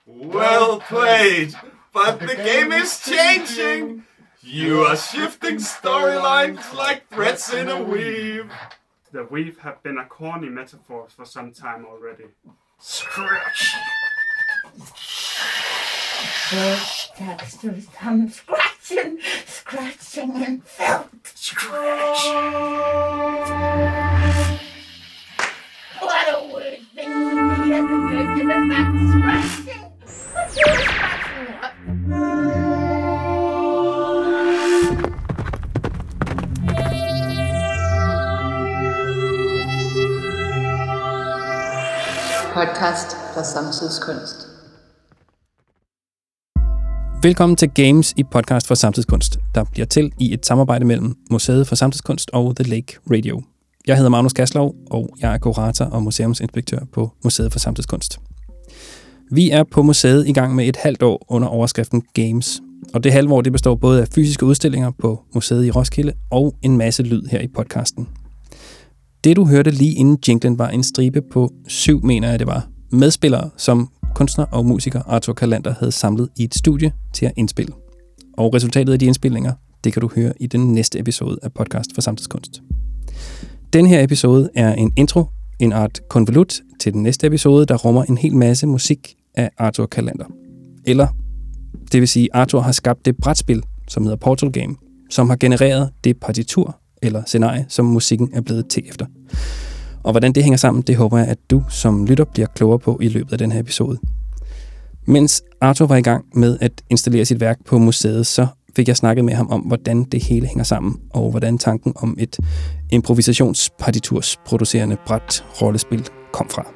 Well played, but the game is changing. You are shifting storylines like threads in a weave. The weave have been a corny metaphor for some time already. Scratch. First textures come scratching and felt. Scratch. What a weird thing to be as opposed to the fact scratching. What you were scratching up? Podcast fra Samtidskunst. Velkommen til Games i podcast for samtidskunst, der bliver til i et samarbejde mellem Museet for Samtidskunst og The Lake Radio. Jeg hedder Magnus Kaslov, og jeg er kurator og museumsinspektør på Museet for Samtidskunst. Vi er på museet i gang med et halvt år under overskriften Games, og det halvår det består både af fysiske udstillinger på museet i Roskilde og en masse lyd her i podcasten. Det du hørte lige inden jinglen var en stribe på 7, mener jeg det var, medspillere, som kunstner og musiker Arthur Kalander havde samlet i et studie til at indspille. Og resultatet af de indspilninger, det kan du høre i den næste episode af Podcast for Samtidskunst. Den her episode er en intro, en art konvolut til den næste episode, der rummer en hel masse musik af Arthur Kalander. Eller, det vil sige, Arthur har skabt det brætspil, som hedder Portal Game, som har genereret det partitur eller scenarie, som musikken er blevet til efter. Og hvordan det hænger sammen, det håber jeg, at du som lytter bliver klogere på i løbet af den her episode. Mens Arthur var i gang med at installere sit værk på museet, så fik jeg snakket med ham om, hvordan det hele hænger sammen, og hvordan tanken om et improvisationspartitursproducerende bræt rollespil kom fra.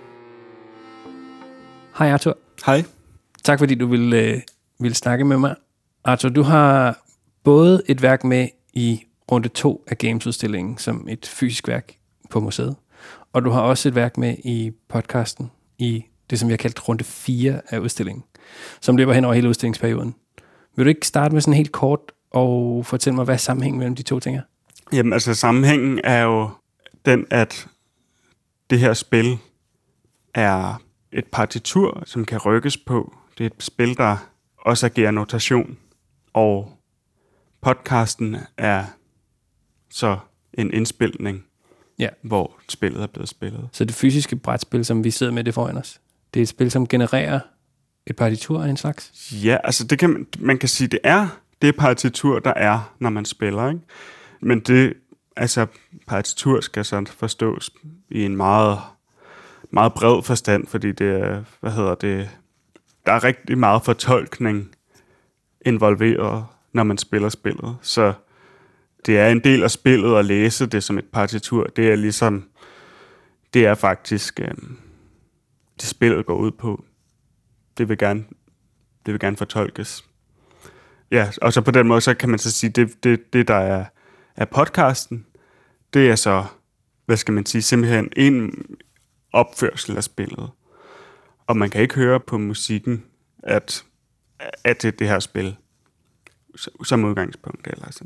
Hej Arthur. Hej. Tak fordi du ville snakke med mig. Arthur, du har både et værk med i runde 2 af Games-udstillingen som et fysisk værk på museet, og du har også et værk med i podcasten i det, som jeg har kaldt runde 4 af udstillingen, som løber hen over hele udstillingsperioden. Vil du ikke starte med sådan helt kort og fortælle mig, hvad er sammenhængen mellem de to ting er? Jamen altså, sammenhængen er jo den, at det her spil er et partitur, som kan rykkes på. Det er et spil, der også agerer notation, og podcasten er så en indspilning, ja, hvor spillet er blevet spillet. Så det fysiske brætspil, som vi sidder med det foran os, det er et spil, som genererer et partitur af en slags? Ja, altså det kan man kan sige, det er det partitur, der er, når man spiller, ikke? Men det, altså partitur skal sådan forstås i en meget, meget bred forstand, fordi det er, der er rigtig meget fortolkning involveret, når man spiller spillet. Så det er en del af spillet at læse det som et partitur. Det er ligesom, det er faktisk det spillet går ud på. Det vil gerne fortolkes. Ja, og så på den måde, så kan man så sige, det der er podcasten, det er så, hvad skal man sige, simpelthen en opførsel af spillet. Og man kan ikke høre på musikken, at det her spil som udgangspunkt eller sådan.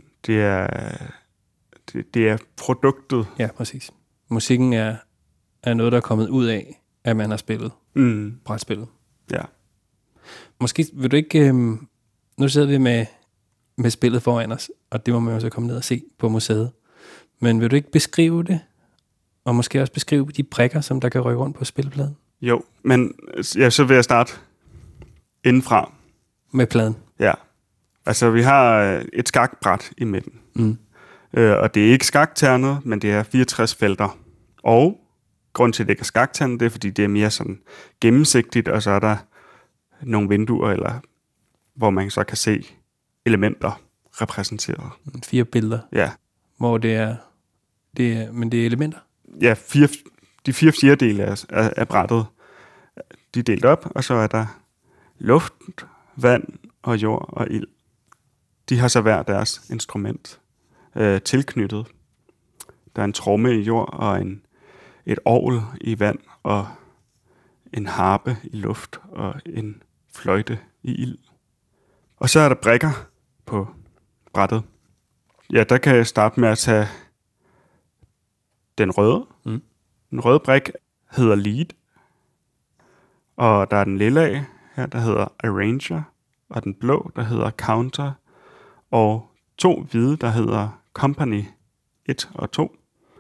Det er produktet. Ja, præcis. Musikken er noget, der er kommet ud af, at man har spillet brætspillet. Ja. Måske vil du ikke... nu sidder vi med spillet foran os, og det må man jo så komme ned og se på museet. Men vil du ikke beskrive det? Og måske også beskrive de brikker, som der kan rykke rundt på spilpladen? Jo, men ja, så vil jeg starte indenfra. Med pladen? Ja. Altså, vi har et skakbræt i midten. Og det er ikke skakternet, men det er 64 felter. Og grunden til, at det ikke er skakternet, det er, fordi det er mere sådan gennemsigtigt, og så er der nogle vinduer, eller hvor man så kan se elementer repræsenteret. 4 billeder? Ja. Hvor det er men det er elementer? Ja, de 4 fjerdedele af brættet, de er delt op, og så er der luft, vand og jord og ild. De har så hver deres instrument tilknyttet. Der er en tromme i jord og et orgel i vand og en harpe i luft og en fløjte i ild. Og så er der brikker på brættet. Ja, der kan jeg starte med at tage den røde. Den røde brik hedder lead, og der er den lilla her, der hedder Arranger, og den blå, der hedder Counter, og 2 hvide, der hedder Company 1 og 2,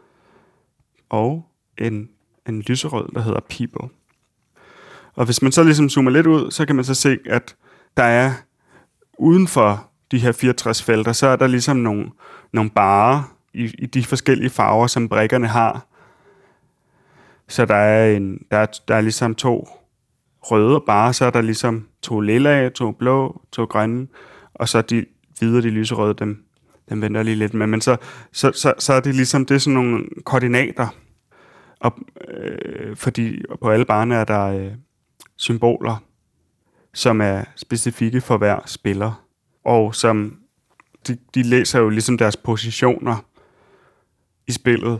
og en lyserød, der hedder People. Og hvis man så ligesom zoomer lidt ud, så kan man så se, at der er uden for de her 64 felter, så er der ligesom nogle barer i de forskellige farver, som brikkerne har. Så der er ligesom 2 røde barer, så er der ligesom 2 lilla, 2 blå, 2 grønne, og så de hvide og de lyserøde, dem venter lige lidt med. Men så er det ligesom, det er sådan nogle koordinater. Og, fordi på alle barne er der symboler, som er specifikke for hver spiller. Og som de læser jo ligesom deres positioner i spillet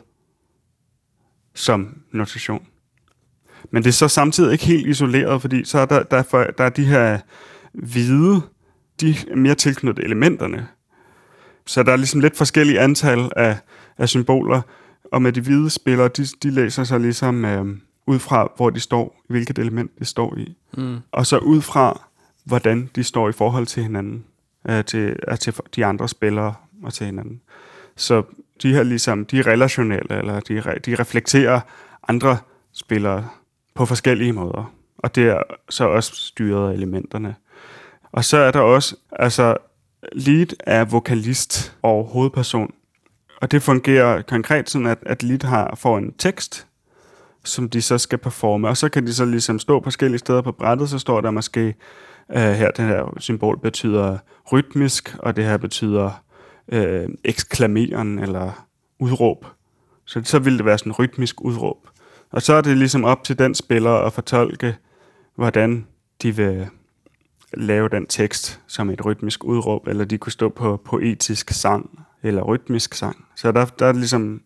som notation. Men det er så samtidig ikke helt isoleret, fordi så er der er de her hvide, de er mere tilknyttet elementerne. Så der er ligesom lidt forskellige antal af symboler, og med de hvide spillere, de læser sig ligesom ud fra, hvor de står, hvilket element de står i. Og så ud fra, hvordan de står i forhold til hinanden, til de andre spillere og til hinanden. Så de her ligesom, de er relationelle, eller de reflekterer andre spillere på forskellige måder. Og det er så også styret af elementerne. Og så er der også, altså lead er vokalist og hovedperson. Og det fungerer konkret sådan, at lead får en tekst, som de så skal performe. Og så kan de så ligesom stå forskellige steder på brættet, så står der måske, her det her symbol betyder rytmisk, og det her betyder eksklameren eller udråb. Så vil det være sådan en rytmisk udråb. Og så er det ligesom op til den spiller at fortolke, hvordan de vil lave den tekst som et rytmisk udråb, eller de kunne stå på poetisk sang, eller rytmisk sang. Så der er ligesom,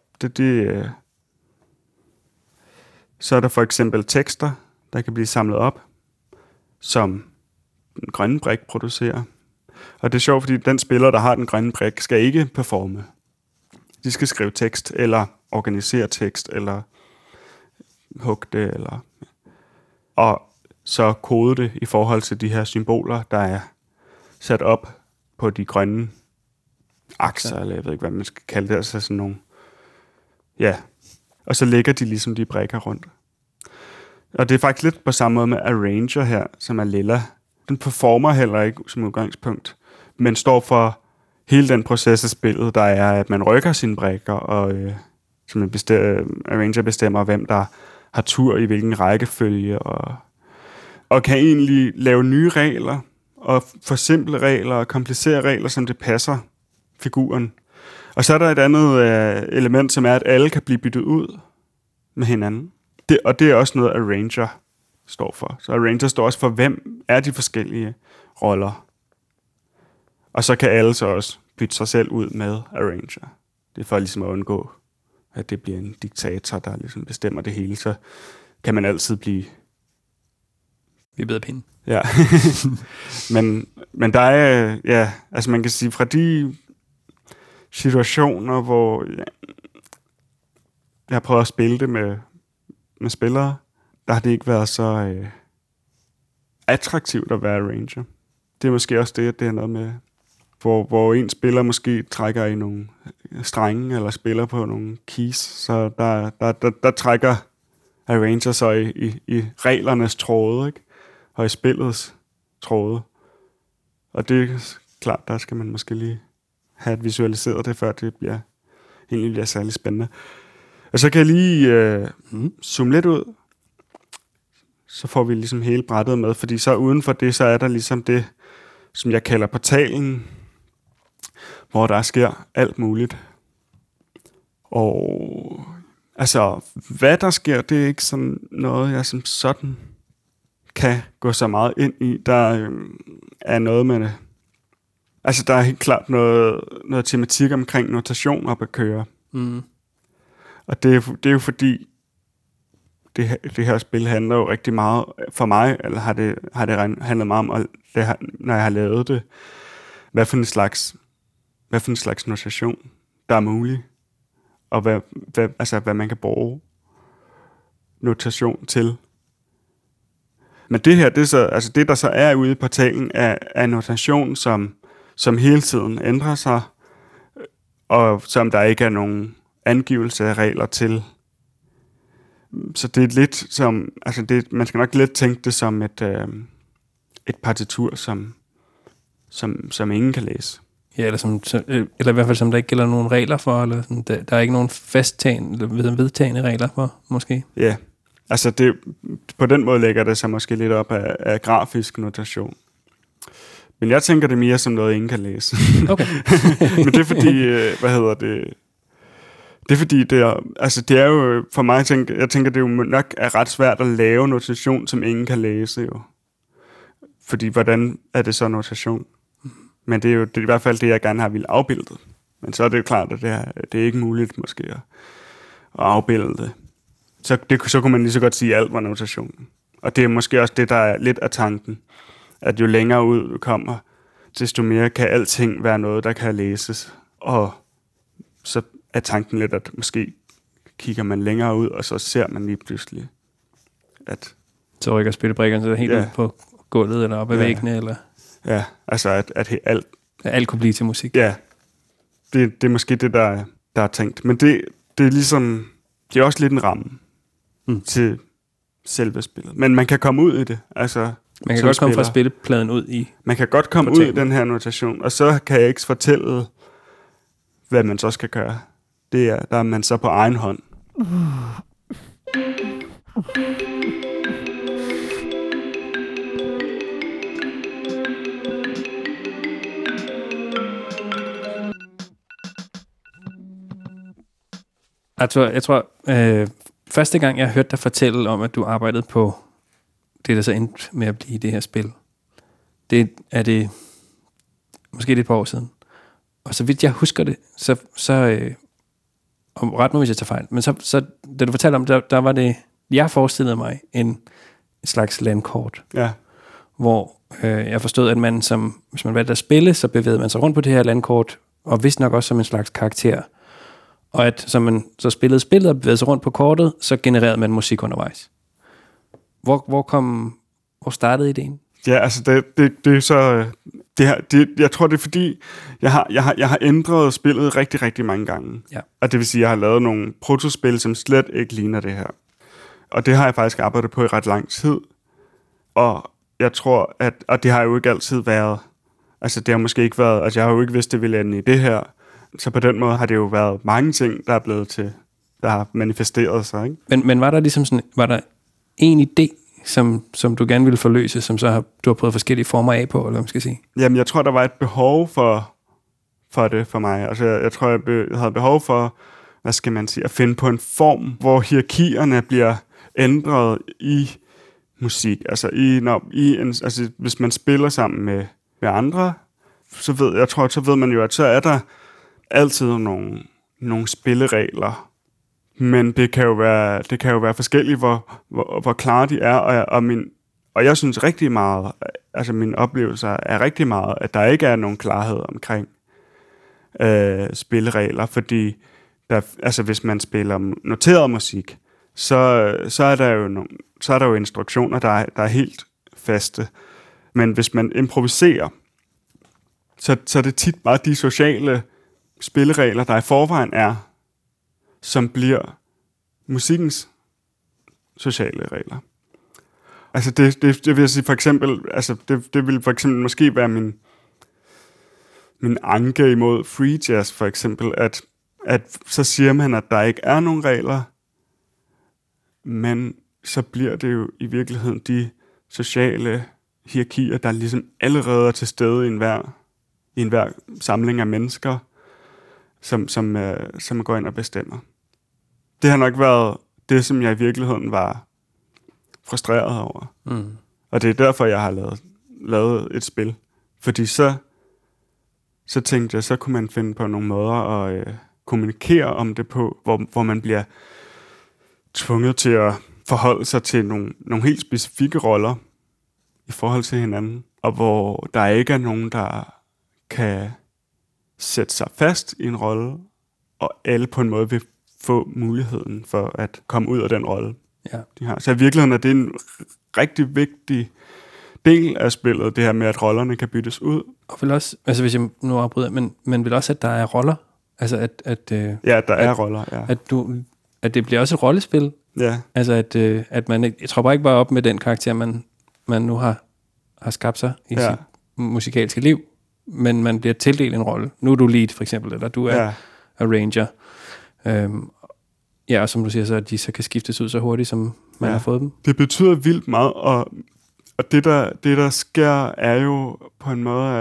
så er der for eksempel tekster, der kan blive samlet op, som den grønne brik producerer. Og det er sjovt, fordi den spiller, der har den grønne brik, skal ikke performe. De skal skrive tekst, eller organisere tekst, eller hugge det, eller og så kode det i forhold til de her symboler, der er sat op på de grønne akser, eller jeg ved ikke, hvad man skal kalde det, altså sådan nogle, ja, og så lægger de ligesom de brikker rundt. Og det er faktisk lidt på samme måde med Arranger her, som er lilla. Den performer heller ikke som udgangspunkt, men står for hele den proces af spillet, der er, at man rykker sine brikker, og som Arranger bestemmer, hvem der har tur i hvilken rækkefølge, og kan egentlig lave nye regler, og forsimple regler, og komplicere regler, som det passer figuren. Og så er der et andet element, som er, at alle kan blive byttet ud med hinanden. Og det er også noget, Arranger står for. Så Arranger står også for, hvem er de forskellige roller. Og så kan alle så også bytte sig selv ud med Arranger. Det er for ligesom at undgå, at det bliver en diktator, der ligesom bestemmer det hele. Så kan man altid blive vippet af pinden. Ja. men der er, ja, altså man kan sige, fra de situationer, hvor jeg har prøvet at spille det med spillere, der har det ikke været så attraktivt at være Arranger. Det er måske også det, at det er noget med, hvor en spiller måske trækker i nogle strenge, eller spiller på nogle keys, så der trækker Arranger så i reglernes tråde, ikke? Og i spillets tråde. Og det er klart, der skal man måske lige have visualiseret det, før det egentlig bliver særlig spændende. Og så kan jeg lige zoome lidt ud, så får vi ligesom hele brættet med, fordi så uden for det, så er der ligesom det, som jeg kalder portalen, hvor der sker alt muligt. Og altså, hvad der sker, det er ikke sådan noget, jeg som sådan kan gå så meget ind i. Der er noget med det. Altså, der er helt klart noget tematik omkring notation op at køre. Mm. Og det er jo fordi, det her spil handler jo rigtig meget, for mig, eller har det handlet meget om, når jeg har lavet det, hvad for en slags notation, der er mulig, og hvad man kan bruge notation til. Men det her, det er så, altså det der så er ude i portalen, er notation, som hele tiden ændrer sig, og som der ikke er nogen angivelse af regler til. Så det er lidt som, altså man skal nok lidt tænke det som et partitur, som ingen kan læse. Ja, eller i hvert fald som der ikke gælder nogen regler for, eller sådan, der er ikke nogen vedtagende regler for, måske. Ja, altså på den måde lægger det sig måske lidt op af grafisk notation. Men jeg tænker det mere som noget, ingen kan læse. Okay. Men det er fordi, det er fordi, det er jo, for mig, jeg tænker, det er jo nok er ret svært at lave notation, som ingen kan læse jo. Fordi, hvordan er det så notation? Men det er i hvert fald det, jeg gerne har ville afbilde. Men så er det jo klart, at det er ikke muligt måske at afbilde det. Så kunne man lige så godt sige, at alt var notation. Og det er måske også det, der er lidt af tanken. At jo længere ud du kommer, desto mere kan alting være noget, der kan læses. Og så er tanken lidt, at måske kigger man længere ud, og så ser man lige pludselig, at... Så rykker spillebrikkerne så helt ud på gulvet, eller op ad væggene, eller... Ja, altså at alt... Alt kunne blive til musik. Ja, det er måske det, der er tænkt. Men det er ligesom... Det er også lidt en ramme til selve spillet. Men man kan komme ud i det, altså... Man kan godt komme fra spillepladen ud i... Man kan godt komme ud i den her notation, og så kan jeg ikke fortælle, hvad man så skal gøre. Der er man så på egen hånd. Jeg tror første gang, jeg hørte dig fortælle om, at du arbejdede på det, der så endte med at blive det her spil, det er det måske et par år siden. Og så vidt jeg husker det, så og ret nu, hvis jeg tager fejl, men så da du fortalte om det, der var det, jeg forestillede mig en slags landkort, hvor jeg forstod, at man hvis man valgte at spille, så bevægede man sig rundt på det her landkort, og vist nok også som en slags karakter. Og at så man så spillede spillet og bevægede sig rundt på kortet, så genererede man musik undervejs. Hvor startede ideen? Ja, altså det er så... jeg tror, det er fordi, jeg har ændret spillet rigtig, rigtig mange gange. Ja. Og det vil sige, at jeg har lavet nogle protospil, som slet ikke ligner det her. Og det har jeg faktisk arbejdet på i ret lang tid. Og jeg tror, og det har jo ikke altid været... Altså det har måske ikke været... Altså jeg har jo ikke vidst, det ville ende i det her. Så på den måde har det jo været mange ting, der er blevet til... Der har manifesteret sig, ikke? Men var der ligesom sådan... Var der en idé, som du gerne ville forløse, som så du har prøvet forskellige former af på, eller hvad man skal sige? Jamen, jeg tror, der var et behov for det for mig. Altså, jeg tror, jeg havde behov for, hvad skal man sige, at finde på en form, hvor hierarkierne bliver ændret i musik. Altså, altså hvis man spiller sammen med andre, så ved man jo, at så er der altid nogle spilleregler. Men det kan jo være forskelligt, hvor klare de er, og jeg synes rigtig meget, altså mine oplevelser er rigtig meget, at der ikke er nogen klarhed omkring spilleregler, fordi altså hvis man spiller noteret musik, så er der jo instruktioner, der er helt faste. Men hvis man improviserer, så er det tit bare de sociale spilleregler, der i forvejen er, som bliver musikkens sociale regler. Altså det vil jeg sige for eksempel, altså det vil for eksempel måske være min anke imod free jazz for eksempel, at så siger man, at der ikke er nogen regler, men så bliver det jo i virkeligheden de sociale hierarkier, der ligesom allerede er til stede i enhver samling af mennesker, som går ind og bestemmer. Det har nok været det, som jeg i virkeligheden var frustreret over. Mm. Og det er derfor, jeg har lavet et spil. Fordi så tænkte jeg, så kunne man finde på nogle måder at kommunikere om det på, hvor man bliver tvunget til at forholde sig til nogle helt specifikke roller i forhold til hinanden. Og hvor der ikke er nogen, der kan sætte sig fast i en rolle, og alle på en måde vil få muligheden for at komme ud af den rolle, de har. Så i virkeligheden er det rigtig vigtig del af spillet, det her med, at rollerne kan byttes ud. Og vel også, altså hvis jeg nu afbryder, men vel også, at der er roller? Altså Ja, der er roller, ja. At det bliver også et rollespil? Ja. Altså at man ikke, jeg tror bare ikke bare op med den karakter, man nu har skabt sig i sit musikalske liv, men man bliver tildelt en rolle. Nu er du lead, for eksempel, eller du er arranger. Ja, og som du siger, så at de så kan skiftes ud så hurtigt, som man har fået dem. Det betyder vildt meget, og det der sker, er jo på en måde,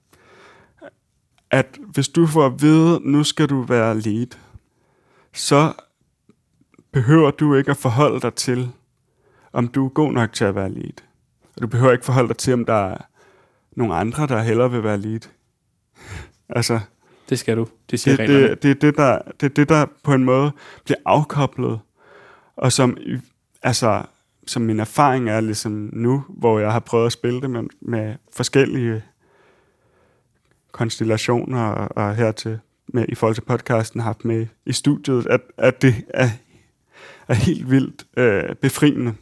at hvis du får at vide, nu skal du være lead, så behøver du ikke at forholde dig til, om du er god nok til at være lead. Og du behøver ikke forholde dig til, om der er nogle andre, der hellere vil være lead. Altså, det skal du. Det siger reglerne. Det er det, der på en måde bliver afkoblet. Og som min erfaring er ligesom nu, hvor jeg har prøvet at spille det med forskellige konstellationer og hertil med i forhold til podcasten haft med i studiet, at det er helt vildt befriende.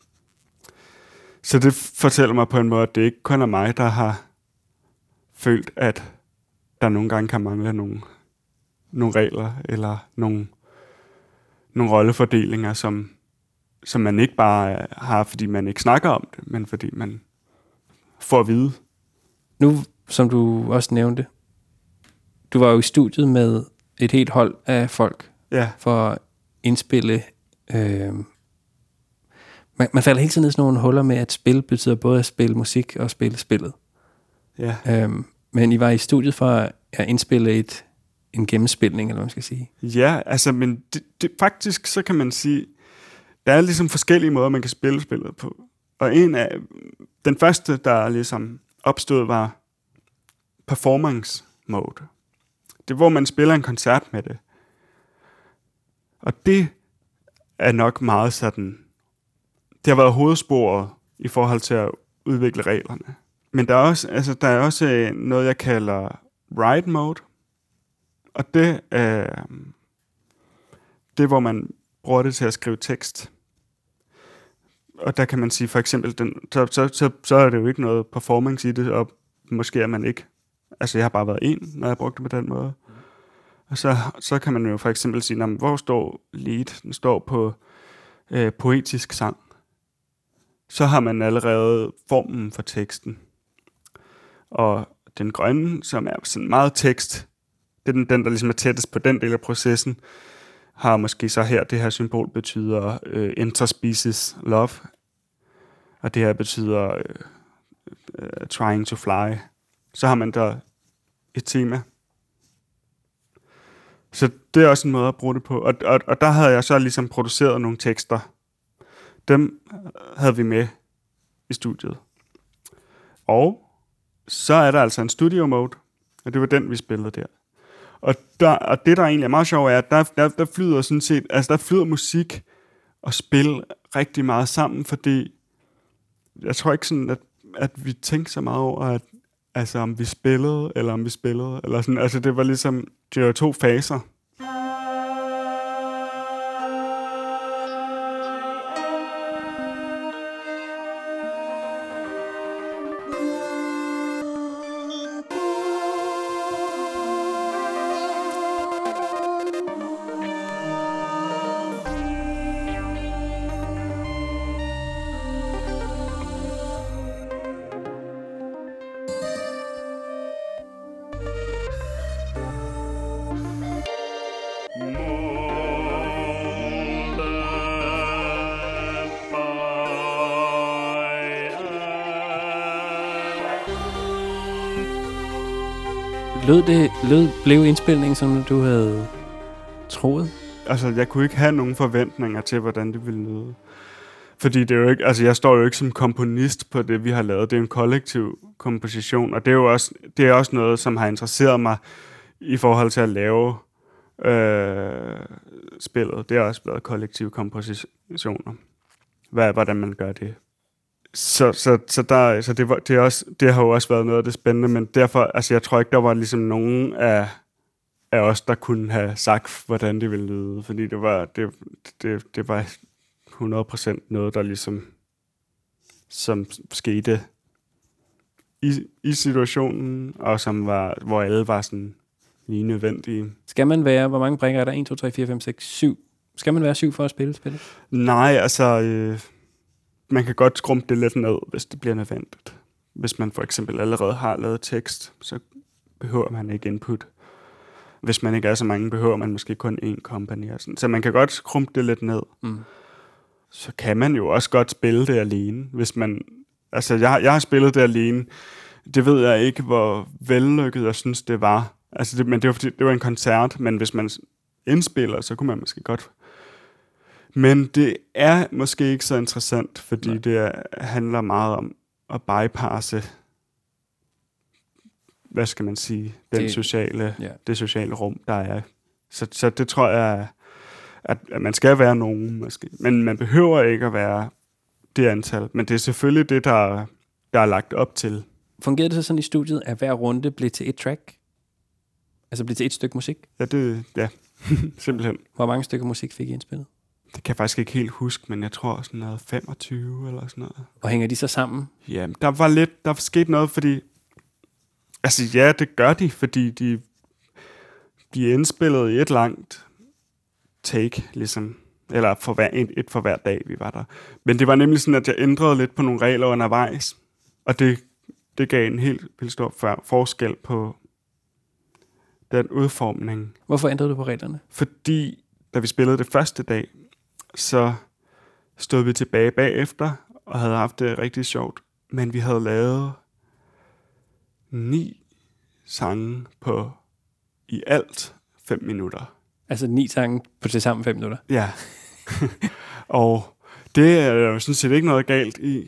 Så det fortæller mig på en måde, at det ikke kun er mig, der har følt, at der nogle gange kan mangle nogle regler eller nogle rollefordelinger, som man ikke bare har, fordi man ikke snakker om det, men fordi man får at vide. Nu, som du også nævnte, du var jo i studiet med et helt hold af folk for at indspille. Man falder hele tiden ned sådan nogle huller med, at spil betyder både at spille musik og spille spillet. Ja. Men I var i studiet for at indspille en gennemspilning, eller hvad man skal sige. Ja, altså, men det faktisk, så kan man sige, der er ligesom forskellige måder, man kan spille spillet på. Og den første, der ligesom opstod, var performance mode. Det er, hvor man spiller en koncert med det. Og det er nok meget sådan, det har været hovedsporet i forhold til at udvikle reglerne. Men der er også noget, jeg kalder ride mode. Og det er hvor man bruger det til at skrive tekst. Og der kan man sige, for eksempel, så er det jo ikke noget performance i det, og måske er man ikke. Altså, jeg har bare været når jeg brugte det på den måde. Og så kan man jo for eksempel sige, hvor står lead? Den står på poetisk sang. Så har man allerede formen for teksten. Og den grønne, som er sådan meget tekst, det er den, der ligesom er tættest på den del af processen, har måske så her, det her symbol betyder interspecies love, og det her betyder trying to fly. Så har man der et tema. Så det er også en måde at bruge det på. Og der havde jeg så ligesom produceret nogle tekster. Dem havde vi med i studiet. Og så er der altså en studio mode, og det var den, vi spillede der. Og det, der egentlig er meget sjovt, er, at der flyder sådan set, altså der flyder musik og spil rigtig meget sammen, fordi jeg tror ikke sådan, at vi tænkte så meget over, at altså om vi spillede, eller sådan, altså det var ligesom, det var 2 faser. Blev indspilningen, som du havde troet? Altså, jeg kunne ikke have nogen forventninger til, hvordan det ville lyde. Fordi det er jo ikke, altså jeg står jo ikke som komponist på det, vi har lavet. Det er en kollektiv komposition, og det er også noget, som har interesseret mig i forhold til at lave spillet. Det har også været kollektive kompositioner. Hvordan man gør det. Så det har jo også været noget af det spændende, men derfor, altså jeg tror ikke, der var ligesom nogen af os, der kunne have sagt, hvordan det ville lyde, fordi det var 100% noget, der ligesom som skete i situationen, og som var, hvor alle var sådan lige nødvendige. Skal man være, hvor mange brikker er der? 1, 2, 3, 4, 5, 6, 7. Skal man være 7 for at spille spillet? Nej, altså, man kan godt skrumpe det lidt ned, hvis det bliver nødvendigt. Hvis man for eksempel allerede har lavet tekst, så behøver man ikke input. Hvis man ikke er så mange, behøver man måske kun én company. Og sådan. Så man kan godt skrumpe det lidt ned. Mm. Så kan man jo også godt spille det alene. Hvis man, altså, jeg har spillet det alene. Det ved jeg ikke, hvor vellykket jeg synes, det var. Altså, men det var fordi, det var en koncert, men hvis man indspiller, så kunne man måske godt. Men det er måske ikke så interessant, fordi det handler meget om at bypasse, hvad skal man sige, det sociale rum, der er. Så det tror jeg, at man skal være nogen måske. Men man behøver ikke at være det antal. Men det er selvfølgelig det, der er lagt op til. Fungerede det så sådan i studiet, at hver runde blev til et track? Altså blev til et stykke musik? Ja, simpelthen. Hvor mange stykker musik fik I indspillet? Det kan jeg faktisk ikke helt huske, men jeg tror sådan noget 25 eller sådan noget. Og hænger de så sammen? Ja, der skete noget, fordi... Altså ja, det gør de, fordi de er indspillet i et langt take, ligesom. Eller for hver dag, vi var der. Men det var nemlig sådan, at jeg ændrede lidt på nogle regler undervejs. Og det gav en helt vildt stor forskel på den udformning. Hvorfor ændrede du på reglerne? Fordi, da vi spillede det første dag, så stod vi tilbage bagefter og havde haft det rigtig sjovt. Men vi havde lavet 9 sange på i alt 5 minutter. Altså 9 sange på til sammen 5 minutter? Ja. Og det er jo sådan set ikke noget galt i.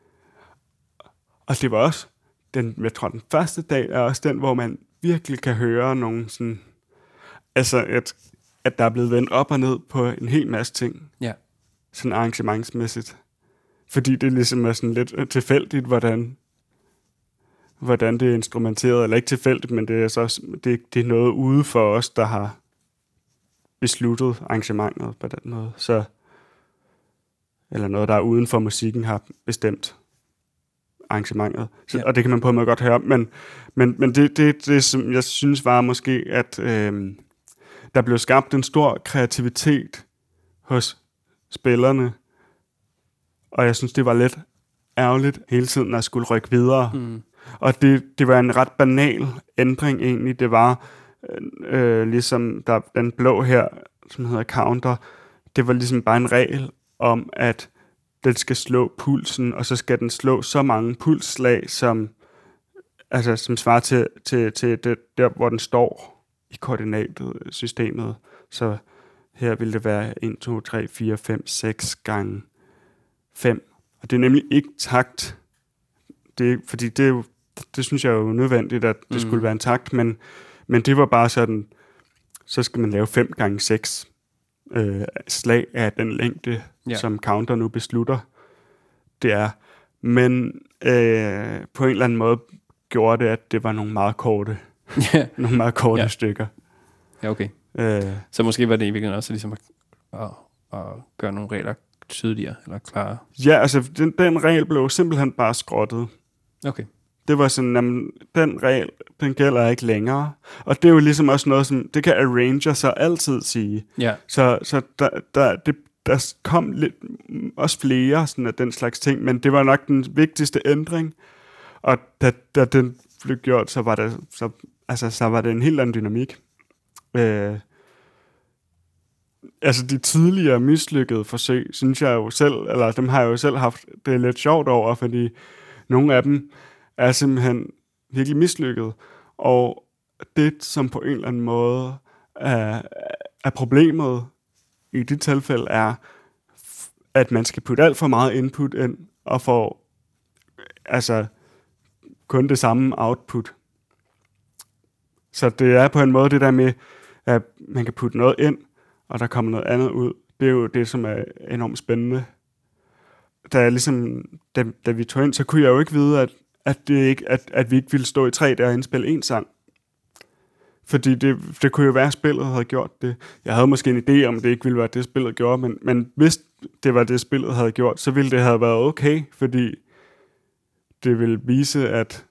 Og det var også, jeg tror den første dag er også den, hvor man virkelig kan høre nogen sådan, altså at der er blevet vendt op og ned på en hel masse ting. Ja. Sådan arrangementsmæssigt. Fordi det ligesom er sådan lidt tilfældigt, hvordan det er instrumenteret, eller ikke tilfældigt, men det er så det er noget ude for os, der har besluttet arrangementet på den måde. Så, eller noget, der er uden for musikken har bestemt arrangementet. Så, og det kan man på en måde godt høre. Men det som jeg synes var måske, at der blev skabt en stor kreativitet hos spillerne. Og jeg synes, det var lidt ærgerligt hele tiden at skulle rykke videre. Mm. Og det var en ret banal ændring egentlig. Det var ligesom den blå her, som hedder counter. Det var ligesom bare en regel om, at den skal slå pulsen, og så skal den slå så mange pulsslag, som svarer til det, der, hvor den står i koordinatsystemet. Så her vil det være 1, 2, 3, 4, 5, 6 gange 5. Og det er nemlig ikke takt. Fordi det synes jeg er jo nødvendigt, at det skulle være en takt, men det var bare sådan, så skal man lave 5 gange 6 slag af den længde, som counter nu beslutter. Det er. Men på en eller anden måde gjorde det, at det var nogle meget korte, nogle meget korte stykker. Ja, okay. Så måske var det i virkeligheden også ligesom at gøre nogle regler tydeligere eller klarere? Ja, altså den regel blev simpelthen bare skrottet. Okay. Det var sådan, jamen, den regel, den gælder ikke længere. Og det er jo ligesom også noget, som det kan arranger sig altid sige. Ja. Så der kom lidt, også flere sådan af den slags ting, men det var nok den vigtigste ændring. Og da den blev gjort, så var det en helt anden dynamik. Altså de tidligere mislykkede forsøg, synes jeg jo selv, eller dem har jeg jo selv haft det lidt sjovt over, fordi nogle af dem er simpelthen virkelig mislykket. Og det, som på en eller anden måde er problemet i det tilfælde, er, at man skal putte alt for meget input ind, og få kun det samme output. Så det er på en måde det der med, at man kan putte noget ind, og der kommer noget andet ud. Det er jo det, som er enormt spændende. Da vi tog ind, så kunne jeg jo ikke vide, at vi ikke ville stå i 3 og indspille en sang. Fordi det kunne jo være, at spillet havde gjort det. Jeg havde måske en idé om, det ikke ville være det, spillet gjorde, men hvis det var det, spillet havde gjort, så ville det have været okay, fordi det vil vise,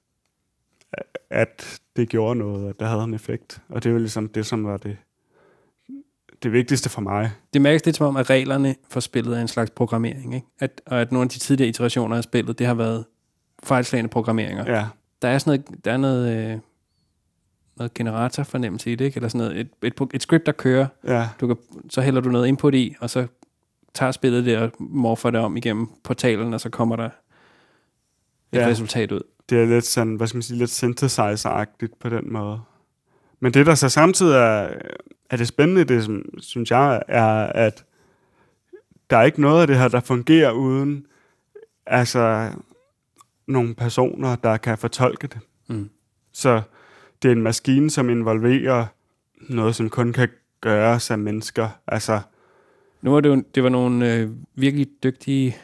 at det gjorde noget, at der havde en effekt. Og det er jo ligesom det, som var det vigtigste for mig. Det mærkes lidt som om, at reglerne for spillet er en slags programmering, ikke? At nogle af de tidligere iterationer af spillet, det har været fejlslagende programmeringer. Ja. Der er noget generatorfornemmelse i det, ikke? Eller sådan noget, et script, der kører. Ja. Så hælder du noget input i, og så tager spillet det og morfer det om igennem portalen, og så kommer der et resultat ud. Det er lidt sådan, hvad skal man sige, lidt synthesizer-agtigt på den måde. Men det, der så samtidig er det spændende, det som, synes jeg, er, at der er ikke noget af det her, der fungerer uden altså nogle personer, der kan fortolke det. Mm. Så det er en maskine, som involverer noget, som kun kan gøres af mennesker. Altså, Nu var det var nogle virkelig dygtige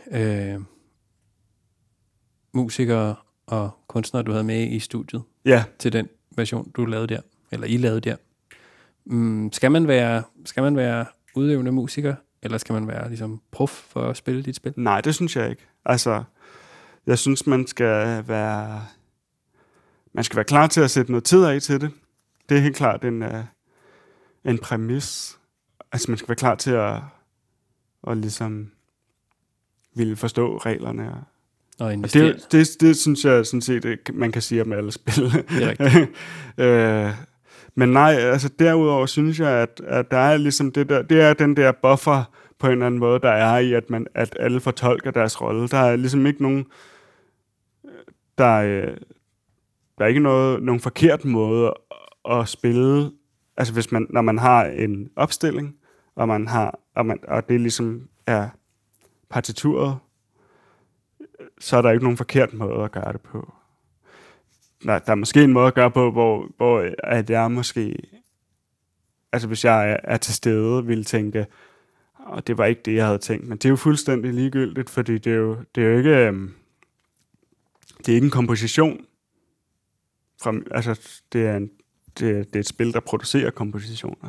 musikere og kunstnere, du havde med i studiet ja, til den version, du lavede der, eller I lavede der. Skal man være udøvende musiker, eller skal man være ligesom prof for at spille dit spil? nej, det synes jeg ikke. Altså, jeg synes, man skal være klar til at sætte noget tid af til det. Det er helt klart en præmis. Altså, man skal være klar til at ligesom ville forstå reglerne. Og Og det synes jeg sådan set, man kan sige om alle spil. Det er rigtigt. Men nej, altså derudover synes jeg, at der er ligesom det er den der buffer på en eller anden måde, der er i, at alle fortolker deres rolle. Der er ligesom ikke nogen, der er ikke nogen forkert måde at spille. Altså når man har en opstilling, og det ligesom er partituret, så er der ikke nogen forkert måde at gøre det på. Der er måske en måde at gøre på, hvor at jeg måske, altså hvis jeg er til stede, ville tænke, og det var ikke det, jeg havde tænkt, men det er jo fuldstændig ligegyldigt, fordi det er jo ikke, det er ikke en komposition. Altså, det er et spil, der producerer kompositioner.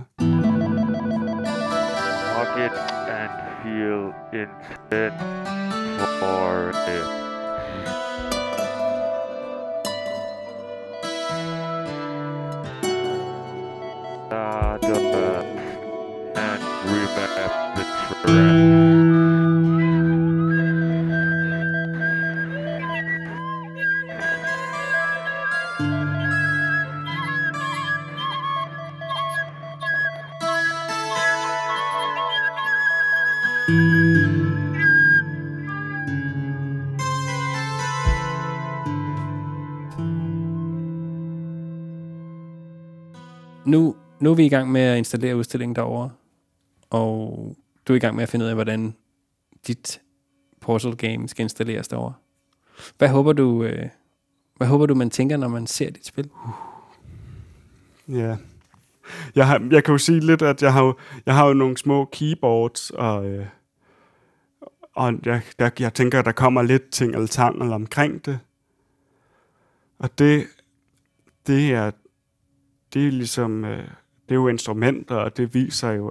Talk it and feel intent for it. And remap the track. Nu er vi i gang med at installere udstillingen derovre, og du er i gang med at finde ud af, hvordan dit Portal Game skal installeres derovre. Hvad håber du, man tænker, når man ser dit spil? Ja. Jeg kan jo sige lidt, at jeg har jo nogle små keyboards, og jeg tænker, at der kommer lidt ting eller tang omkring det. Og det er ligesom, det er jo instrumenter, og det viser jo,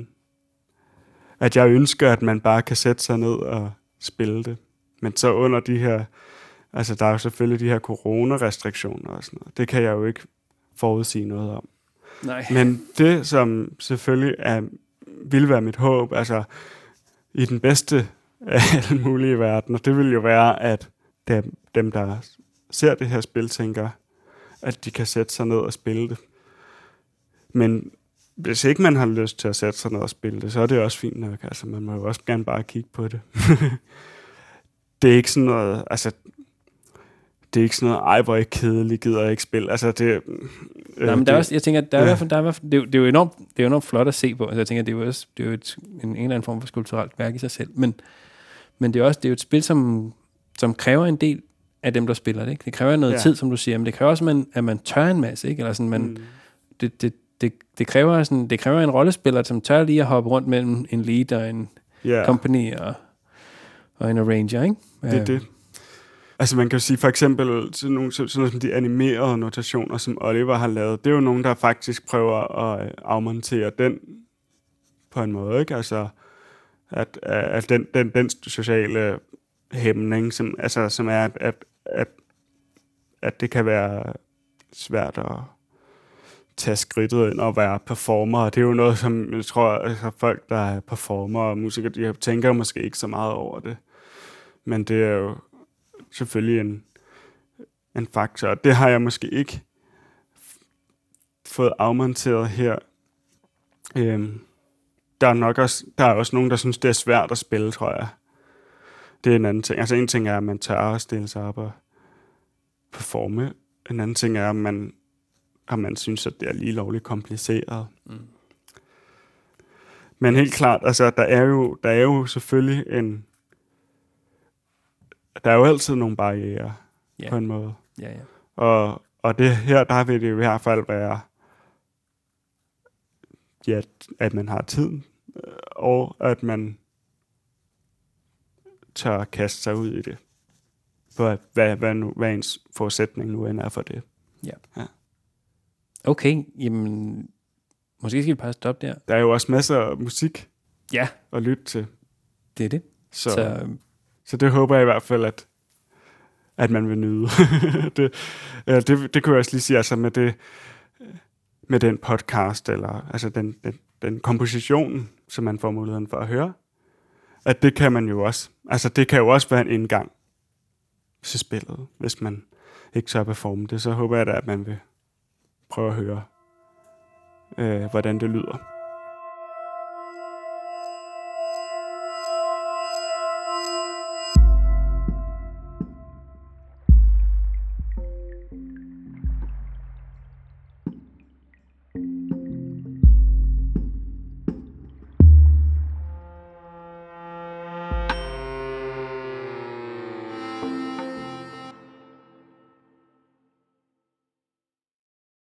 at jeg ønsker, at man bare kan sætte sig ned og spille det. Men så under de her, altså der er jo selvfølgelig de her coronarestriktioner og sådan noget. Det kan jeg jo ikke forudsige noget om. Nej. Men det, som selvfølgelig vil være mit håb, altså i den bedste af alle mulige verdener, det vil jo være, at dem, der ser det her spil, tænker, at de kan sætte sig ned og spille det. Men hvis ikke man har lyst til at sætte sig ned og spille det, så er det også fint nok. Altså, man må jo også gerne bare kigge på det. Det er ikke sådan noget, altså, det er ikke sådan noget, ej, hvor er jeg kedelig, gider jeg ikke spille. Altså, det... Nej, men der er også, jeg tænker, det er jo enormt flot at se på. Altså, jeg tænker, det er jo en eller anden form for skulpturelt værk i sig selv. Men det er jo et spil, som kræver en del af dem, der spiller det. Ikke? Det kræver noget tid, som du siger, men det kræver også, at man tør en masse, ikke? Eller sådan, det kræver en rollespiller, som tør lige at hoppe rundt mellem en lead og en company og en arranger, ikke? Det er det. Altså man kan jo sige for eksempel sådan noget som de animerede notationer, som Oliver har lavet, det er jo nogen, der faktisk prøver at afmontere den på en måde, ikke? Altså at den sociale hæmning, som er, at det kan være svært at tage skridtet ind og være performer. Og det er jo noget, som jeg tror, at folk, der er performer og musikere, de tænker måske ikke så meget over det. Men det er jo selvfølgelig en faktor. Og det har jeg måske ikke fået afmonteret her. Der er også nogen, der synes, det er svært at spille, tror jeg. Det er en anden ting. Altså en ting er, at man tør at stille sig op og performe. En anden ting er, at man synes, at det er lige lovligt kompliceret. Mm. Men helt klart, altså der er jo selvfølgelig der er jo altid nogle barrierer på en måde. Ja, ja. Og det her, der vil det i hvert fald være, at man har tiden, og at man tør at kaste sig ud i det. Hvad ens forudsætning nu end er for det. Ja. Okay, jamen, måske skal vi bare stoppe der. Der er jo også masser af musik at lytte til. Det er det. Så det håber jeg i hvert fald, at man vil nyde. det kunne jeg også lige sige, altså med den podcast, eller altså den komposition, som man får muligheden for at høre, at det kan man jo også, altså det kan jo også være en indgang til spillet, hvis man ikke tør performe det, så håber jeg da, at man vil prøve at høre, hvordan det lyder.